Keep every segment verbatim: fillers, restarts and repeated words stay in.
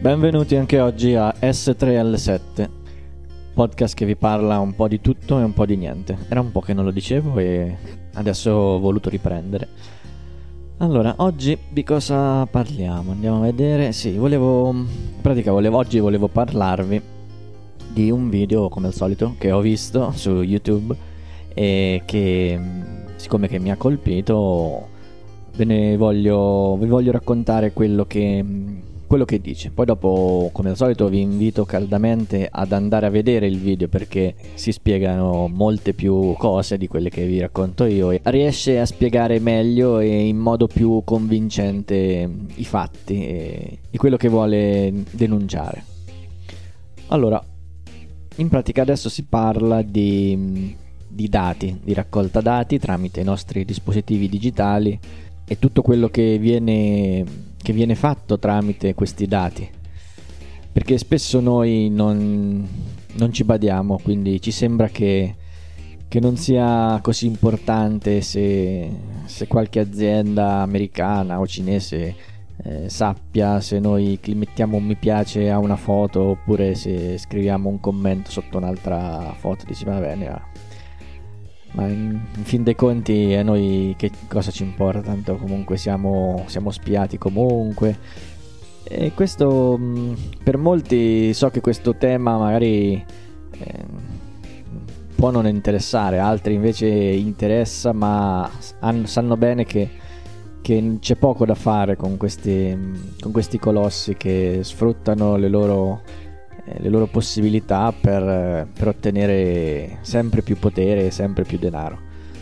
Benvenuti anche oggi a S tre L sette, podcast che vi parla un po' di tutto e un po' di niente. Era un po' che non lo dicevo e adesso ho voluto riprendere. Allora, oggi di cosa parliamo? Andiamo a vedere. Sì, volevo, in pratica volevo, oggi volevo parlarvi di un video, come al solito, che ho visto su YouTube e che, siccome che mi ha colpito, ve ne voglio, vi voglio raccontare quello che... quello che dice. Poi dopo, come al solito, vi invito caldamente ad andare a vedere il video perché si spiegano molte più cose di quelle che vi racconto io e riesce a spiegare meglio e in modo più convincente i fatti e, e quello che vuole denunciare. Allora, in pratica adesso si parla di, di dati, di raccolta dati tramite i nostri dispositivi digitali e tutto quello che viene che viene fatto tramite questi dati, perché spesso noi non, non ci badiamo, quindi ci sembra che, che non sia così importante se, se qualche azienda americana o cinese eh, sappia se noi mettiamo un mi piace a una foto oppure se scriviamo un commento sotto un'altra foto. Dici va bene, ma in, in fin dei conti a noi che cosa ci importa, tanto comunque siamo, siamo spiati comunque. E questo mh, per molti, so che questo tema magari eh, può non interessare, altri invece interessa, ma han, sanno bene che, che c'è poco da fare con questi, con questi colossi che sfruttano le loro le loro possibilità per, per ottenere sempre più potere e sempre più denaro.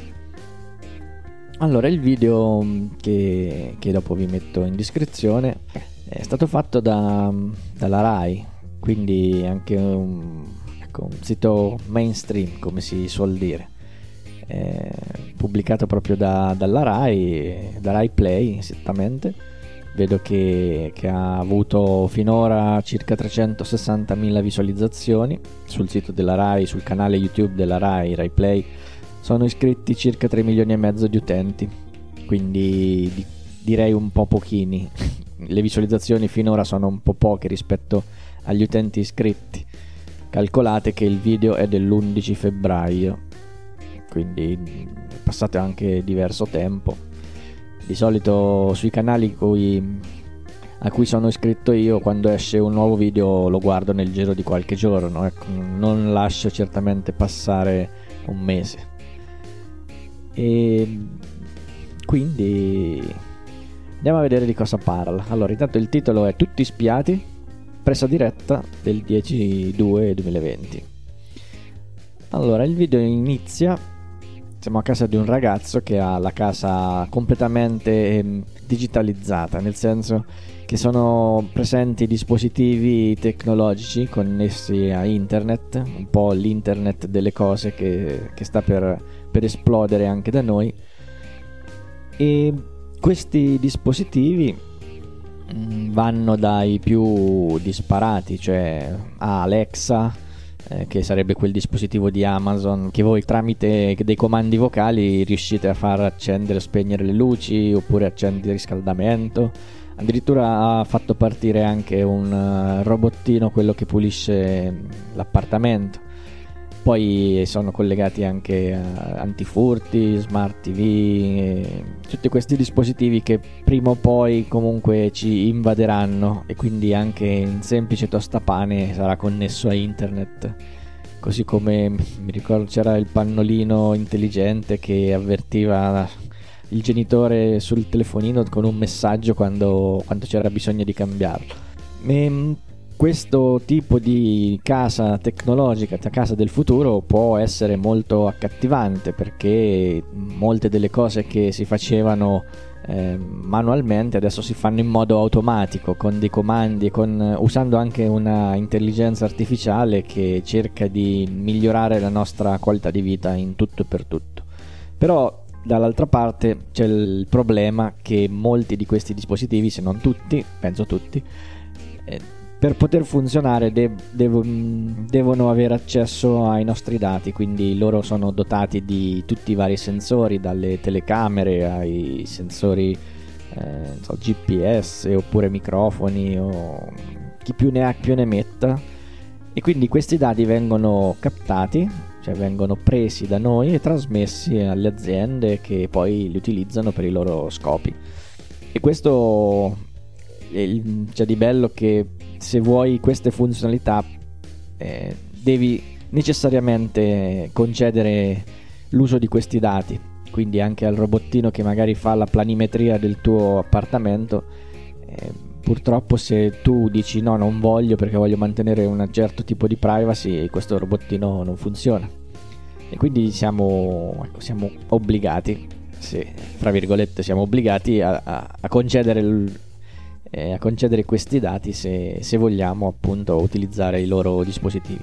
Allora, il video che, che dopo vi metto in descrizione è stato fatto da, dalla Rai, quindi anche un, ecco, un sito mainstream, come si suol dire, è pubblicato proprio da, dalla Rai, da Rai Play esattamente. Vedo che, che ha avuto finora circa trecentosessantamila visualizzazioni sul sito della Rai, sul canale YouTube della Rai, Rai Play. Sono iscritti circa tre milioni e mezzo di utenti, quindi di, direi un po' pochini. Le visualizzazioni finora sono un po' poche rispetto agli utenti iscritti. Calcolate che il video è dell'undici febbraio, quindi è passato anche diverso tempo. Di solito sui canali cui, a cui sono iscritto io, quando esce un nuovo video lo guardo nel giro di qualche giorno, ecco, non lascio certamente passare un mese. E quindi andiamo a vedere di cosa parla. Allora, intanto il titolo è Tutti spiati, presa diretta del dieci due duemilaventi. Allora, il video inizia. Siamo a casa di un ragazzo che ha la casa completamente eh, digitalizzata, nel senso che sono presenti dispositivi tecnologici connessi a internet, un po' l'internet delle cose che, che sta per, per esplodere anche da noi. E questi dispositivi mh, vanno dai più disparati, cioè a Alexa, Eh, che sarebbe quel dispositivo di Amazon che voi tramite dei comandi vocali riuscite a far accendere o spegnere le luci oppure accendere il riscaldamento. Addirittura ha fatto partire anche un uh, robottino, quello che pulisce l'appartamento. Poi sono collegati anche a antifurti, smart T V, e tutti questi dispositivi che prima o poi comunque ci invaderanno e quindi anche un semplice tostapane sarà connesso a internet. Così come mi ricordo c'era il pannolino intelligente che avvertiva il genitore sul telefonino con un messaggio quando, quando c'era bisogno di cambiarlo. E questo tipo di casa tecnologica, casa del futuro, può essere molto accattivante perché molte delle cose che si facevano eh, manualmente adesso si fanno in modo automatico, con dei comandi, con, usando anche una intelligenza artificiale che cerca di migliorare la nostra qualità di vita in tutto e per tutto. Però dall'altra parte c'è il problema che molti di questi dispositivi, se non tutti, penso tutti, eh, per poter funzionare de- devo- devono avere accesso ai nostri dati, quindi loro sono dotati di tutti i vari sensori, dalle telecamere ai sensori eh, so, G P S oppure microfoni o chi più ne ha più ne metta, e quindi questi dati vengono captati, cioè vengono presi da noi e trasmessi alle aziende che poi li utilizzano per i loro scopi. E questo c'è di bello, che se vuoi queste funzionalità eh, devi necessariamente concedere l'uso di questi dati, quindi anche al robottino che magari fa la planimetria del tuo appartamento. eh, Purtroppo se tu dici no, non voglio perché voglio mantenere un certo tipo di privacy, questo robottino non funziona. E quindi siamo, ecco, siamo obbligati, se, fra virgolette, siamo obbligati a, a, a, concedere il, eh, a concedere questi dati se, se vogliamo appunto utilizzare i loro dispositivi.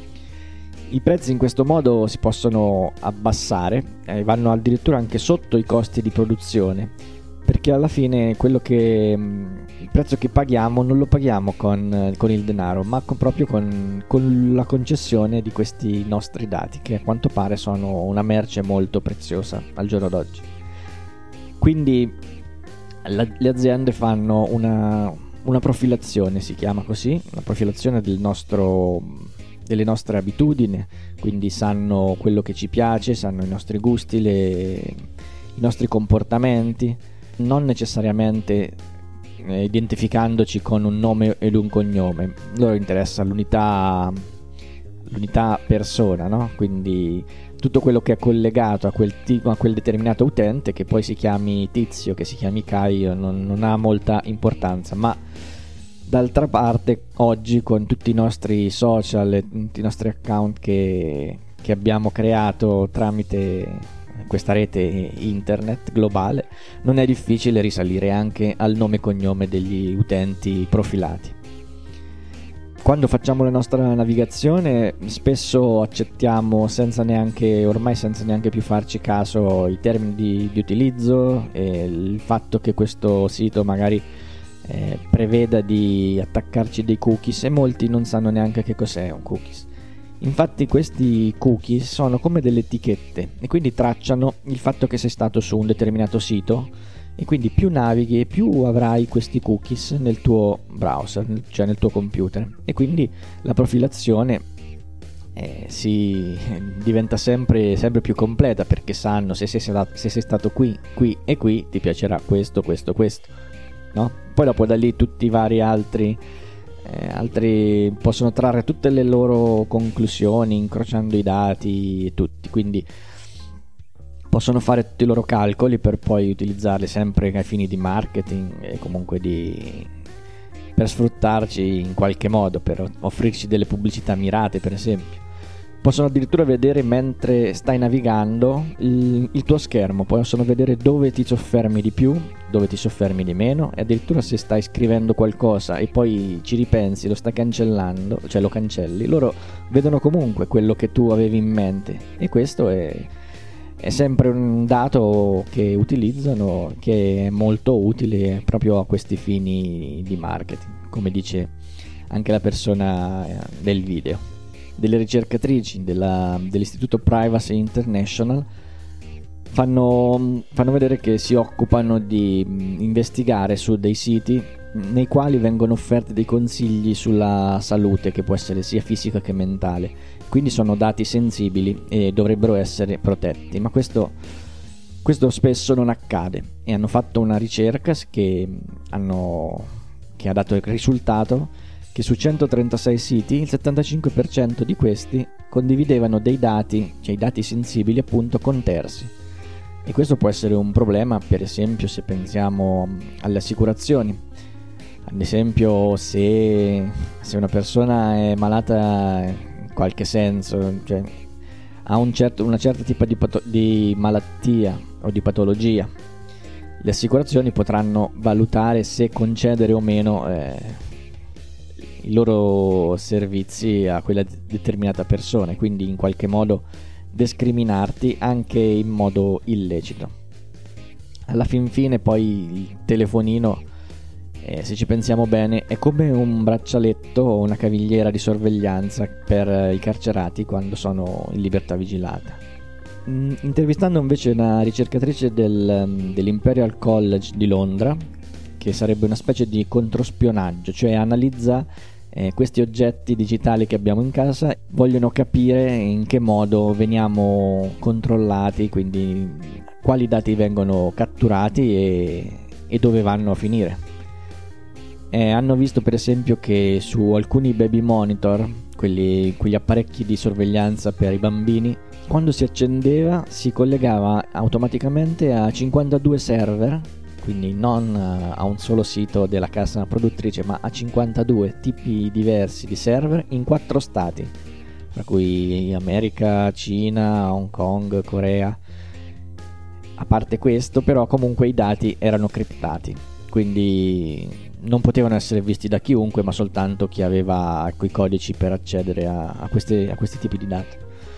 I prezzi in questo modo si possono abbassare, eh, vanno addirittura anche sotto i costi di produzione, perché alla fine quello che il prezzo che paghiamo non lo paghiamo con, con il denaro, ma con, proprio con, con la concessione di questi nostri dati, che a quanto pare sono una merce molto preziosa al giorno d'oggi. Quindi la, le aziende fanno una, una profilazione, si chiama così, una profilazione del nostro, delle nostre abitudini, quindi sanno quello che ci piace, sanno i nostri gusti, le, i nostri comportamenti, non necessariamente eh, identificandoci con un nome ed un cognome. Loro interessa l'unità l'unità persona, no? Quindi tutto quello che è collegato a quel tipo, a quel determinato utente, che poi si chiami Tizio, che si chiami Caio, non, non ha molta importanza. Ma d'altra parte oggi, con tutti i nostri social e tutti i nostri account che, che abbiamo creato tramite questa rete internet globale, non è difficile risalire anche al nome e cognome degli utenti profilati. Quando facciamo la nostra navigazione spesso accettiamo senza neanche, ormai senza neanche più farci caso, i termini di, di utilizzo e il fatto che questo sito magari eh, preveda di attaccarci dei cookies, e molti non sanno neanche che cos'è un cookies. Infatti questi cookies sono come delle etichette e quindi tracciano il fatto che sei stato su un determinato sito, e quindi più navighi e più avrai questi cookies nel tuo browser, cioè nel tuo computer, e quindi la profilazione eh, si diventa sempre, sempre più completa, perché sanno se sei, stato, se sei stato qui, qui e qui ti piacerà questo, questo, questo, no? Poi dopo da lì tutti i vari altri Eh, altri possono trarre tutte le loro conclusioni incrociando i dati e tutti, quindi possono fare tutti i loro calcoli per poi utilizzarli sempre ai fini di marketing e comunque di per sfruttarci in qualche modo, per offrirci delle pubblicità mirate, per esempio. Possono addirittura vedere mentre stai navigando il, il tuo schermo, possono vedere dove ti soffermi di più, dove ti soffermi di meno, e addirittura se stai scrivendo qualcosa e poi ci ripensi, lo stai cancellando, cioè lo cancelli, loro vedono comunque quello che tu avevi in mente, e questo è, è sempre un dato che utilizzano, che è molto utile proprio a questi fini di marketing, come dice anche la persona del video. Delle ricercatrici della, dell'Istituto Privacy International fanno, fanno vedere che si occupano di investigare su dei siti nei quali vengono offerti dei consigli sulla salute, che può essere sia fisica che mentale, quindi sono dati sensibili e dovrebbero essere protetti, ma questo, questo spesso non accade, e hanno fatto una ricerca che, hanno, che ha dato il risultato che su centotrentasei siti il settantacinque per cento di questi condividevano dei dati, cioè i dati sensibili appunto, con terzi. E questo può essere un problema, per esempio se pensiamo alle assicurazioni. Ad esempio se, se una persona è malata in qualche senso, cioè ha un certo, una certa tipo di, pato- di malattia o di patologia, le assicurazioni potranno valutare se concedere o meno eh, i loro servizi a quella determinata persona, quindi in qualche modo discriminarti anche in modo illecito. Alla fin fine poi il telefonino, eh, se ci pensiamo bene, è come un braccialetto o una cavigliera di sorveglianza per i carcerati quando sono in libertà vigilata. Mm, intervistando invece una ricercatrice del, dell'Imperial College di Londra, che sarebbe una specie di controspionaggio, cioè analizza eh, questi oggetti digitali che abbiamo in casa, vogliono capire in che modo veniamo controllati, quindi quali dati vengono catturati e, e dove vanno a finire. Eh, hanno visto per esempio che su alcuni baby monitor, quelli, quegli apparecchi di sorveglianza per i bambini, quando si accendeva si collegava automaticamente a cinquantadue server, quindi non a un solo sito della casa produttrice, ma a cinquantadue tipi diversi di server in quattro stati, tra cui America, Cina, Hong Kong, Corea. A parte questo, però, comunque i dati erano criptati, quindi non potevano essere visti da chiunque, ma soltanto chi aveva quei codici per accedere a, a, queste, a questi tipi di dati.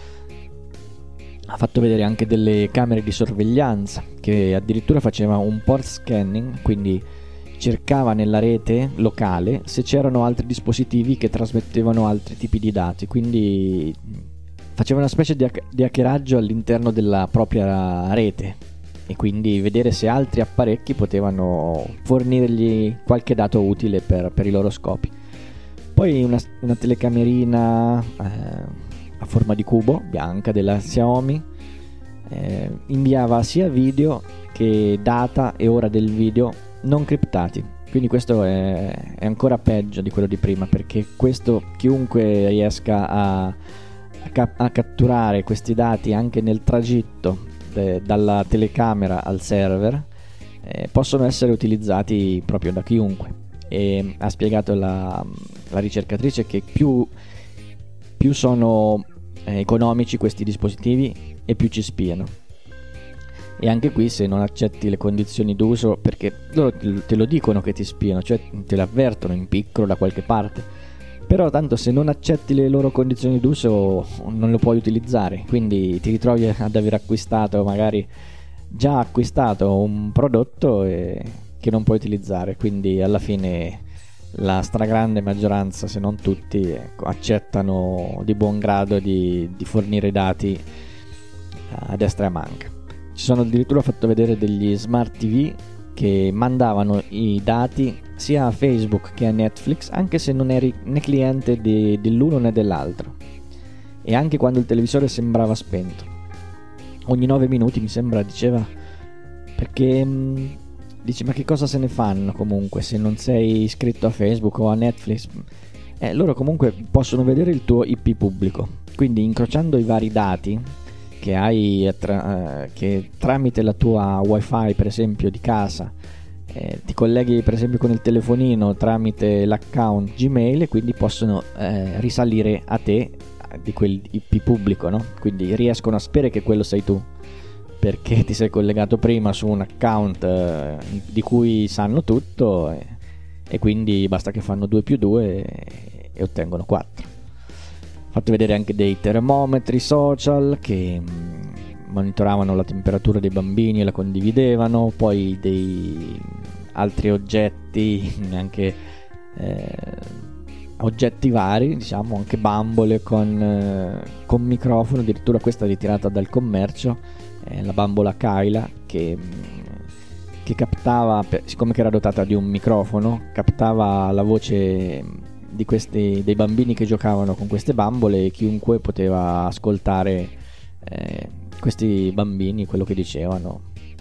Ha fatto vedere anche delle camere di sorveglianza che addirittura faceva un port scanning, quindi cercava nella rete locale se c'erano altri dispositivi che trasmettevano altri tipi di dati, quindi faceva una specie di, hack- di hackeraggio all'interno della propria rete e quindi vedere se altri apparecchi potevano fornirgli qualche dato utile per, per i loro scopi. Poi una, una telecamerina eh, a forma di cubo bianca della Xiaomi eh, inviava sia video che data e ora del video non criptati, quindi questo è, è ancora peggio di quello di prima, perché questo chiunque riesca a, a, cap- a catturare questi dati anche nel tragitto de- dalla telecamera al server eh, possono essere utilizzati proprio da chiunque. E ha spiegato la, la ricercatrice che più più sono eh, economici questi dispositivi e più ci spiano. E anche qui, se non accetti le condizioni d'uso, perché loro te lo dicono che ti spiano, cioè te l'avvertono in piccolo da qualche parte, però tanto se non accetti le loro condizioni d'uso non lo puoi utilizzare, quindi ti ritrovi ad aver acquistato, magari già acquistato un prodotto e che non puoi utilizzare, quindi alla fine la stragrande maggioranza, se non tutti, ecco, accettano di buon grado di, di fornire dati a destra e a manca. Ci sono addirittura fatto vedere degli smart tivù che mandavano i dati sia a Facebook che a Netflix, anche se non eri né cliente di, dell'uno né dell'altro, e anche quando il televisore sembrava spento. Ogni nove minuti mi sembra diceva, perché mh, dici, ma che cosa se ne fanno comunque se non sei iscritto a Facebook o a Netflix? Eh, loro comunque possono vedere il tuo I P pubblico, quindi incrociando i vari dati che hai tra, eh, che tramite la tua wifi per esempio di casa eh, ti colleghi per esempio con il telefonino tramite l'account Gmail e quindi possono eh, risalire a te di quel I P pubblico, no? Quindi riescono a sapere che quello sei tu, perché ti sei collegato prima su un account eh, di cui sanno tutto e, e quindi basta che fanno due più due e, e ottengono quattro. Ho fatto vedere anche dei termometri social che mh, monitoravano la temperatura dei bambini e la condividevano, poi dei altri oggetti, anche eh, oggetti vari, diciamo, anche bambole con, eh, con microfono, addirittura questa ritirata dal commercio, eh, la bambola Kyla che, che captava, siccome che era dotata di un microfono, captava la voce di questi, dei bambini che giocavano con queste bambole e chiunque poteva ascoltare eh, questi bambini, quello che dicevano.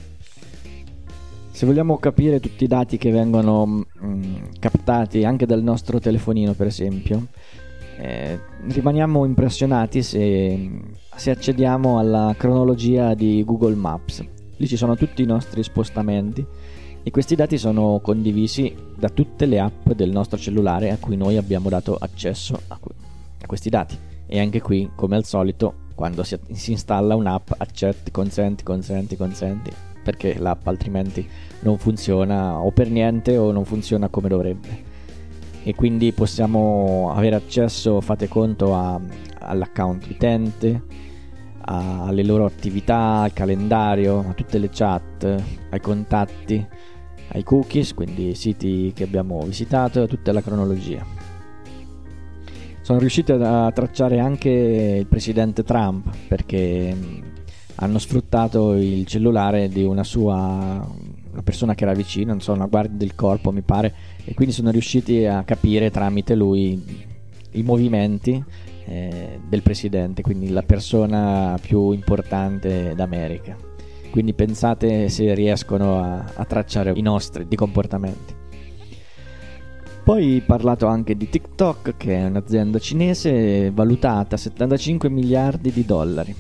Se vogliamo capire tutti i dati che vengono mh, captati anche dal nostro telefonino per esempio, eh, rimaniamo impressionati se, se accediamo alla cronologia di Google Maps. Lì ci sono tutti i nostri spostamenti e questi dati sono condivisi da tutte le app del nostro cellulare a cui noi abbiamo dato accesso a, a questi dati. E anche qui, come al solito, quando si, si installa un'app, accetti, consenti, consenti, consenti, perché l'app altrimenti non funziona o per niente o non funziona come dovrebbe. E quindi possiamo avere accesso, fate conto, a, all'account utente, a, alle loro attività, al calendario, a tutte le chat, ai contatti, ai cookies, quindi siti che abbiamo visitato, a tutta la cronologia. Sono riusciti a tracciare anche il presidente Trump, perché hanno sfruttato il cellulare di una sua una persona che era vicina, non so, una guardia del corpo mi pare, e quindi sono riusciti a capire tramite lui i movimenti eh, del presidente, quindi la persona più importante d'America. Quindi pensate se riescono a, a tracciare i nostri di comportamenti. Poi parlato anche di TikTok, che è un'azienda cinese valutata a settantacinque miliardi di dollari.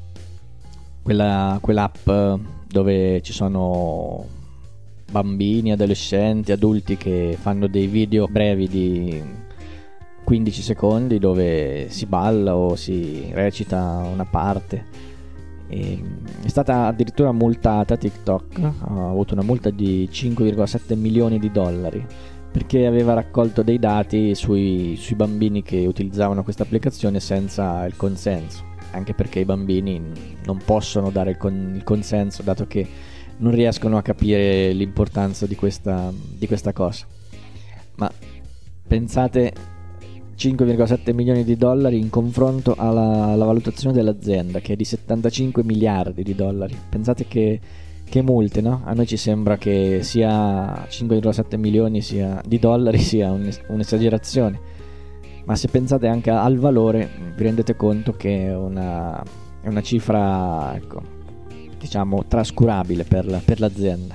Quella, quell'app dove ci sono bambini, adolescenti, adulti che fanno dei video brevi di quindici secondi dove si balla o si recita una parte. E è stata addirittura multata TikTok, ha avuto una multa di cinque virgola sette milioni di dollari perché aveva raccolto dei dati sui, sui bambini che utilizzavano questa applicazione senza il consenso, anche perché i bambini non possono dare il, con, il consenso dato che non riescono a capire l'importanza di questa, di questa cosa. Ma pensate, cinque virgola sette milioni di dollari in confronto alla, alla valutazione dell'azienda che è di settantacinque miliardi di dollari. Pensate che, che multe, no? A noi ci sembra che sia cinque virgola sette milioni sia, di dollari sia un, un'esagerazione, ma se pensate anche al valore vi rendete conto che è una, è una cifra, ecco, diciamo trascurabile per, la, per l'azienda.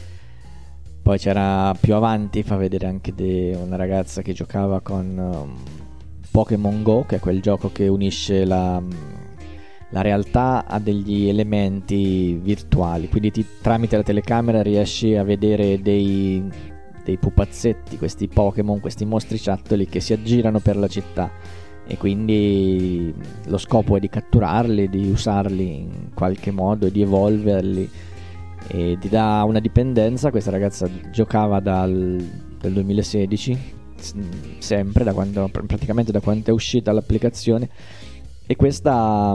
Poi c'era più avanti, fa vedere anche de una ragazza che giocava con um, Pokémon Go, che è quel gioco che unisce la, la realtà a degli elementi virtuali, quindi ti, tramite la telecamera riesci a vedere dei, dei pupazzetti, questi Pokémon, questi mostriciattoli che si aggirano per la città, e quindi lo scopo è di catturarli, di usarli in qualche modo, di evolverli, e ti dà una dipendenza. Questa ragazza giocava dal, dal duemilasedici, sempre da quando, praticamente da quando è uscita l'applicazione, e questa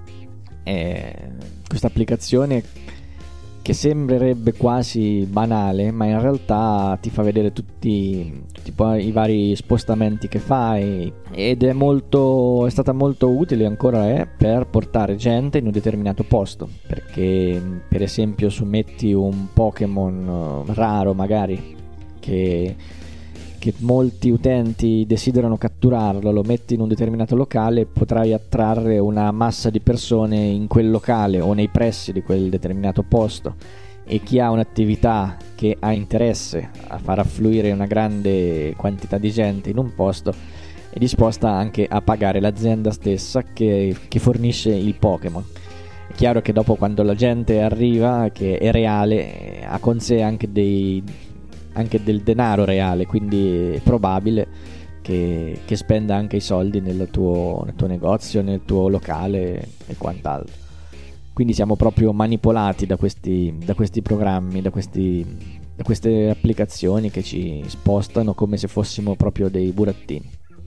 è, questa applicazione che sembrerebbe quasi banale, ma in realtà ti fa vedere tutti, tutti i vari spostamenti che fai, ed è molto, è stata molto utile, ancora è, per portare gente in un determinato posto, perché per esempio se metti un Pokémon raro magari che che molti utenti desiderano catturarlo, lo metti in un determinato locale, potrai attrarre una massa di persone in quel locale o nei pressi di quel determinato posto, e chi ha un'attività che ha interesse a far affluire una grande quantità di gente in un posto è disposta anche a pagare l'azienda stessa che, che fornisce il Pokémon. È chiaro che dopo, quando la gente arriva, che è reale, ha con sé anche dei anche del denaro reale, quindi è probabile che, che spenda anche i soldi nel tuo, nel tuo negozio, nel tuo locale e quant'altro. Quindi siamo proprio manipolati da questi, da questi programmi, da, questi, da queste applicazioni che ci spostano come se fossimo proprio dei burattini.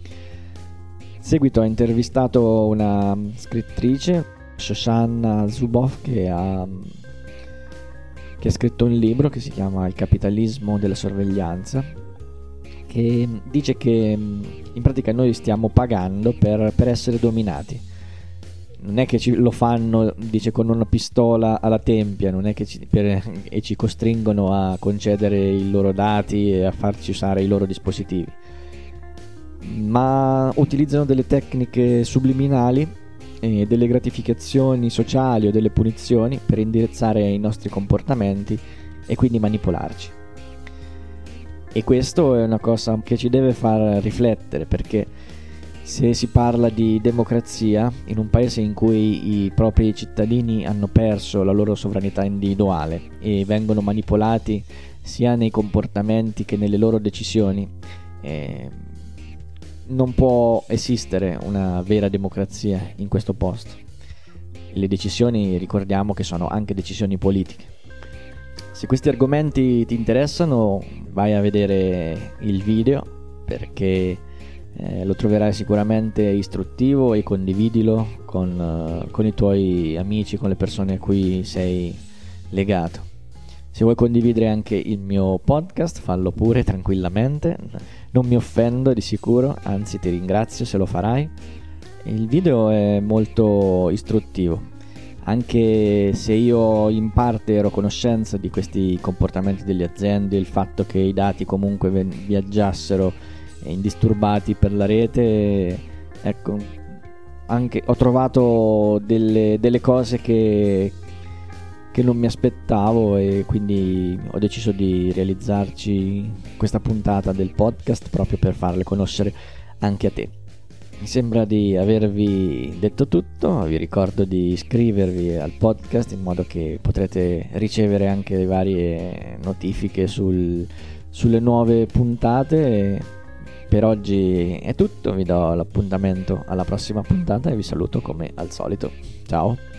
In seguito ho intervistato una scrittrice, Shoshana Zuboff, che ha che ha scritto un libro che si chiama Il capitalismo della sorveglianza, che dice che in pratica noi stiamo pagando per, per essere dominati. Non è che ci, lo fanno, dice, con una pistola alla tempia, non è che ci, per, e ci costringono a concedere i loro dati e a farci usare i loro dispositivi, ma utilizzano delle tecniche subliminali e delle gratificazioni sociali o delle punizioni per indirizzare i nostri comportamenti e quindi manipolarci. E questo è una cosa che ci deve far riflettere, perché se si parla di democrazia in un paese in cui i propri cittadini hanno perso la loro sovranità individuale e vengono manipolati sia nei comportamenti che nelle loro decisioni, eh, non può esistere una vera democrazia in questo posto. Le decisioni, ricordiamo che sono anche decisioni politiche. Se questi argomenti ti interessano, vai a vedere il video, perché eh, lo troverai sicuramente istruttivo, e condividilo con, uh, con i tuoi amici, con le persone a cui sei legato. Se vuoi condividere anche il mio podcast, fallo pure tranquillamente, non mi offendo di sicuro, anzi ti ringrazio se lo farai. Il video è molto istruttivo, anche se io in parte ero a conoscenza di questi comportamenti delle aziende, il fatto che i dati comunque viaggiassero indisturbati per la rete, ecco, anche ho trovato delle, delle cose che, che non mi aspettavo, e quindi ho deciso di realizzarci questa puntata del podcast proprio per farle conoscere anche a te. Mi sembra di avervi detto tutto. Vi ricordo di iscrivervi al podcast in modo che potrete ricevere anche le varie notifiche sul, sulle nuove puntate. Per oggi è tutto, vi do l'appuntamento alla prossima puntata e vi saluto come al solito. Ciao!